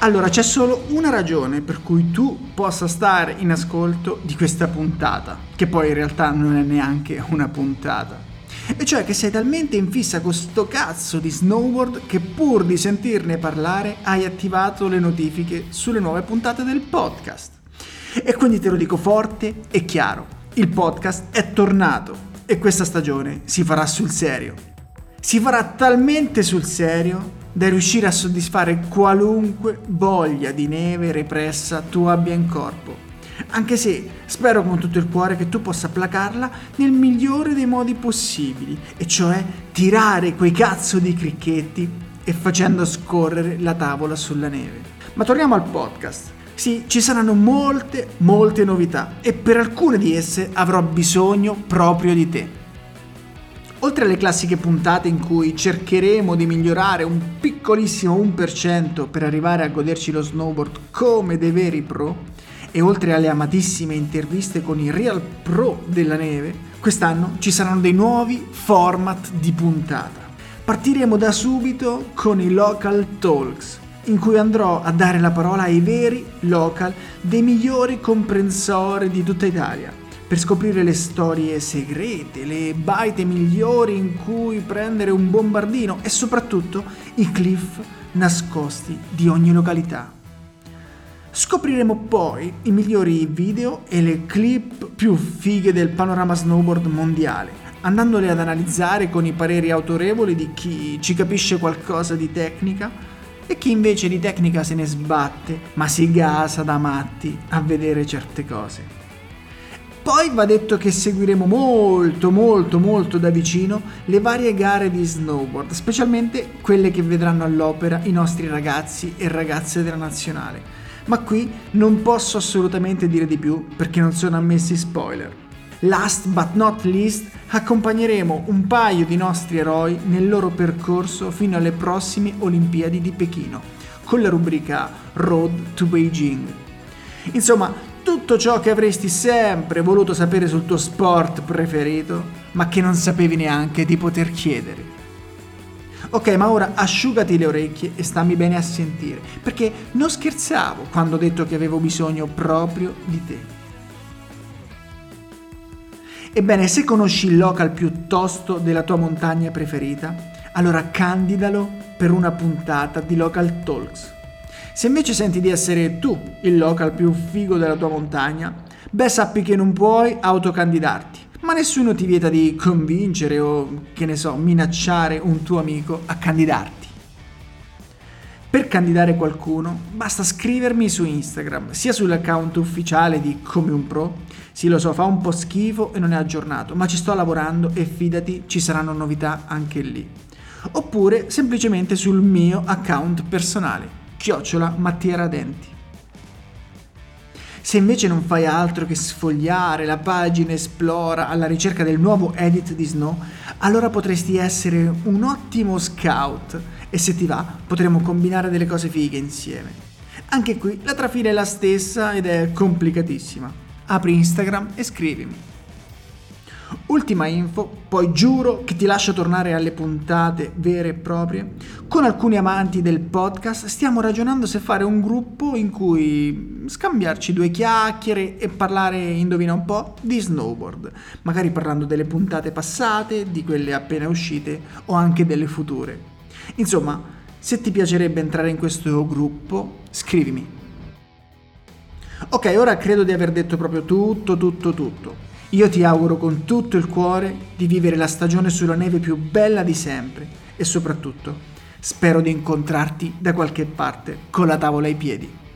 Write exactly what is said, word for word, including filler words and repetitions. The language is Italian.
Allora, c'è solo una ragione per cui tu possa stare in ascolto di questa puntata, che poi in realtà non è neanche una puntata. E cioè che sei talmente in fissa con sto cazzo di snowboard che pur di sentirne parlare hai attivato le notifiche sulle nuove puntate del podcast. E quindi te lo dico forte e chiaro, il podcast è tornato e questa stagione si farà sul serio. Si farà talmente sul serio da riuscire a soddisfare qualunque voglia di neve repressa tu abbia in corpo. Anche se spero con tutto il cuore che tu possa placarla nel migliore dei modi possibili, e cioè tirare quei cazzo di cricchetti e facendo scorrere la tavola sulla neve. Ma torniamo al podcast. Sì, ci saranno molte, molte novità e per alcune di esse avrò bisogno proprio di te. Oltre alle classiche puntate in cui cercheremo di migliorare un piccolissimo uno per cento per arrivare a goderci lo snowboard come dei veri pro, e oltre alle amatissime interviste con i real pro della neve, quest'anno ci saranno dei nuovi format di puntata. Partiremo da subito con i Local Talks, in cui andrò a dare la parola ai veri local dei migliori comprensori di tutta Italia, per scoprire le storie segrete, le baite migliori in cui prendere un bombardino e soprattutto i cliff nascosti di ogni località. Scopriremo poi i migliori video e le clip più fighe del panorama snowboard mondiale, andandole ad analizzare con i pareri autorevoli di chi ci capisce qualcosa di tecnica e chi invece di tecnica se ne sbatte, ma si gasa da matti a vedere certe cose. Poi va detto che seguiremo molto molto molto da vicino le varie gare di snowboard, specialmente quelle che vedranno all'opera i nostri ragazzi e ragazze della nazionale. Ma qui non posso assolutamente dire di più perché non sono ammessi spoiler. Last but not least, accompagneremo un paio di nostri eroi nel loro percorso fino alle prossime Olimpiadi di Pechino, con la rubrica Road to Beijing. Insomma, tutto ciò che avresti sempre voluto sapere sul tuo sport preferito, ma che non sapevi neanche di poter chiedere. Ok, ma ora asciugati le orecchie e stammi bene a sentire, perché non scherzavo quando ho detto che avevo bisogno proprio di te. Ebbene, se conosci il local più tosto della tua montagna preferita, allora candidalo per una puntata di Local Talks. Se invece senti di essere tu il local più figo della tua montagna, beh, sappi che non puoi autocandidarti, ma nessuno ti vieta di convincere o, che ne so, minacciare un tuo amico a candidarti. Per candidare qualcuno basta scrivermi su Instagram, sia sull'account ufficiale di Come un Pro, sì lo so, fa un po' schifo e non è aggiornato, ma ci sto lavorando e fidati, ci saranno novità anche lì. Oppure semplicemente sul mio account personale, chiocciola Mattia Radenti. Se invece non fai altro che sfogliare la pagina Esplora alla ricerca del nuovo edit di Snow, allora potresti essere un ottimo scout e se ti va potremo combinare delle cose fighe insieme. Anche qui la trafila è la stessa ed è complicatissima. Apri Instagram e scrivimi. Ultima info, poi giuro che ti lascio tornare alle puntate vere e proprie. Con alcuni amanti del podcast stiamo ragionando se fare un gruppo in cui scambiarci due chiacchiere e parlare, indovina un po', di snowboard, magari parlando delle puntate passate, di quelle appena uscite o anche delle future. Insomma, se ti piacerebbe entrare in questo gruppo, scrivimi. Ok, ora credo di aver detto proprio tutto, tutto, tutto. Io ti auguro con tutto il cuore di vivere la stagione sulla neve più bella di sempre e soprattutto spero di incontrarti da qualche parte con la tavola ai piedi.